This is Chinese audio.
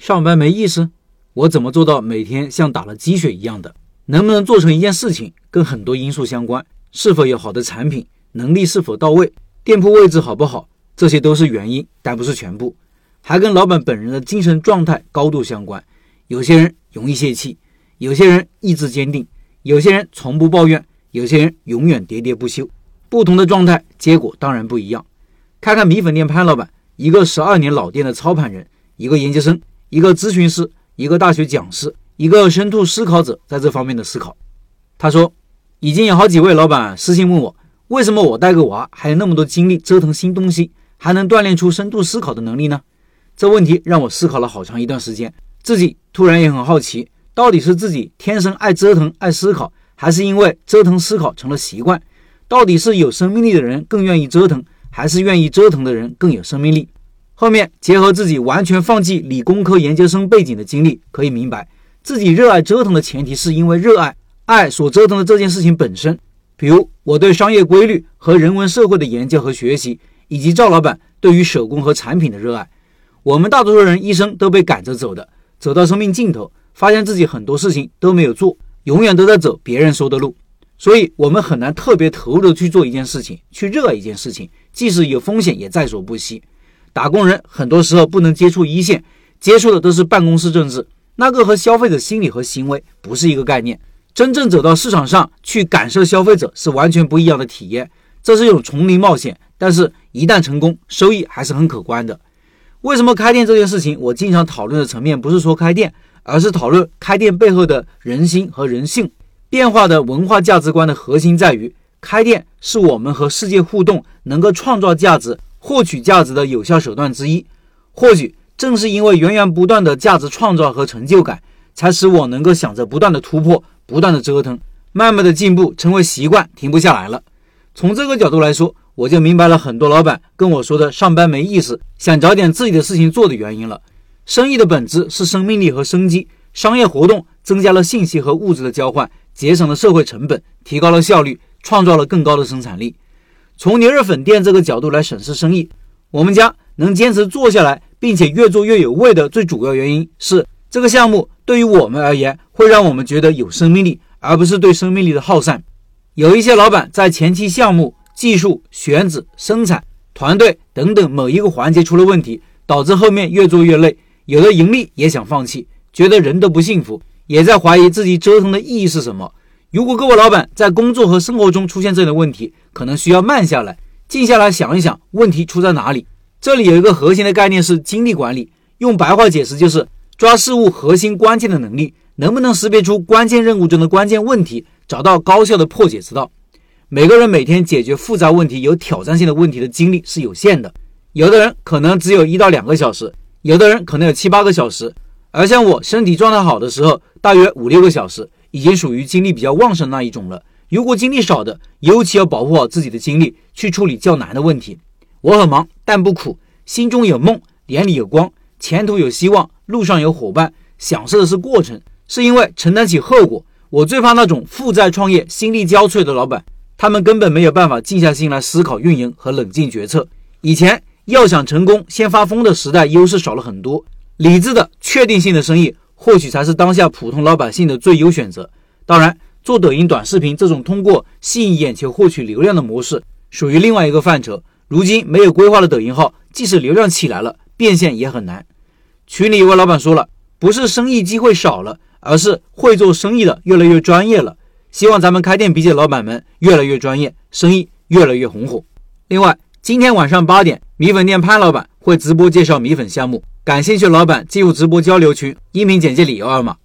上班没意思？我怎么做到每天像打了鸡血一样的？能不能做成一件事情，跟很多因素相关，是否有好的产品，能力是否到位，店铺位置好不好，这些都是原因，但不是全部，还跟老板本人的精神状态高度相关。有些人容易泄气，有些人意志坚定，有些人从不抱怨，有些人永远喋喋不休。不同的状态，结果当然不一样。看看米粉店潘老板，一个12年老店的操盘人，一个研究生，一个咨询师，一个大学讲师，一个深度思考者，在这方面的思考。他说，已经有好几位老板私信问我，为什么我带个娃还有那么多精力折腾新东西，还能锻炼出深度思考的能力呢？这问题让我思考了好长一段时间，自己突然也很好奇，到底是自己天生爱折腾爱思考，还是因为折腾思考成了习惯？到底是有生命力的人更愿意折腾，还是愿意折腾的人更有生命力？后面结合自己完全放弃理工科研究生背景的经历，可以明白自己热爱折腾的前提是因为热爱所折腾的这件事情本身。比如我对商业规律和人文社会的研究和学习，以及赵老板对于手工和产品的热爱。我们大多数人一生都被赶着走的，走到生命尽头，发现自己很多事情都没有做，永远都在走别人说的路。所以我们很难特别投入的去做一件事情，去热爱一件事情，即使有风险也在所不惜。打工人很多时候不能接触一线，接触的都是办公室政治，那个和消费者心理和行为不是一个概念。真正走到市场上去感受消费者是完全不一样的体验，这是一种丛林冒险，但是一旦成功，收益还是很可观的。为什么开店这件事情，我经常讨论的层面不是说开店，而是讨论开店背后的人心和人性。变化的文化价值观的核心在于，开店是我们和世界互动，能够创造价值、获取价值的有效手段之一。或许正是因为源源不断的价值创造和成就感，才使我能够想着不断的突破，不断的折腾，慢慢的进步，成为习惯，停不下来了。从这个角度来说，我就明白了很多老板跟我说的上班没意思，想找点自己的事情做的原因了。生意的本质是生命力和生机，商业活动增加了信息和物质的交换，节省了社会成本，提高了效率，创造了更高的生产力。从牛肉粉店这个角度来审视生意，我们家能坚持做下来，并且越做越有味的最主要原因是，这个项目对于我们而言会让我们觉得有生命力，而不是对生命力的耗散。有一些老板在前期项目、技术、选址、生产、团队等等某一个环节出了问题，导致后面越做越累，有的盈利也想放弃，觉得人都不幸福，也在怀疑自己折腾的意义是什么。如果各位老板在工作和生活中出现这样的问题，可能需要慢下来，静下来想一想问题出在哪里。这里有一个核心的概念是精力管理，用白话解释就是抓事物核心关键的能力，能不能识别出关键任务中的关键问题，找到高效的破解之道。每个人每天解决复杂问题、有挑战性的问题的精力是有限的，有的人可能只有1到2个小时，有的人可能有7、8个小时，而像我身体状态好的时候，大约5、6个小时，已经属于精力比较旺盛那一种了。如果精力少的，尤其要保护好自己的精力，去处理较难的问题。我很忙，但不苦，心中有梦，眼里有光，前途有希望，路上有伙伴，享受的是过程，是因为承担起后果。我最怕那种负债创业、心力交瘁的老板，他们根本没有办法静下心来思考运营和冷静决策。以前要想成功先发疯的时代优势少了很多，理智的确定性的生意或许才是当下普通老百姓的最优选择。当然，做抖音短视频这种通过吸引眼球获取流量的模式属于另外一个范畴。如今没有规划的抖音号，即使流量起来了，变现也很难。群里有位老板说了，不是生意机会少了，而是会做生意的越来越专业了。希望咱们开店笔记的老板们越来越专业，生意越来越红火。另外，今天晚上8点，米粉店潘老板会直播介绍米粉项目，感兴趣的老板进入直播交流群，音频简介里有2码。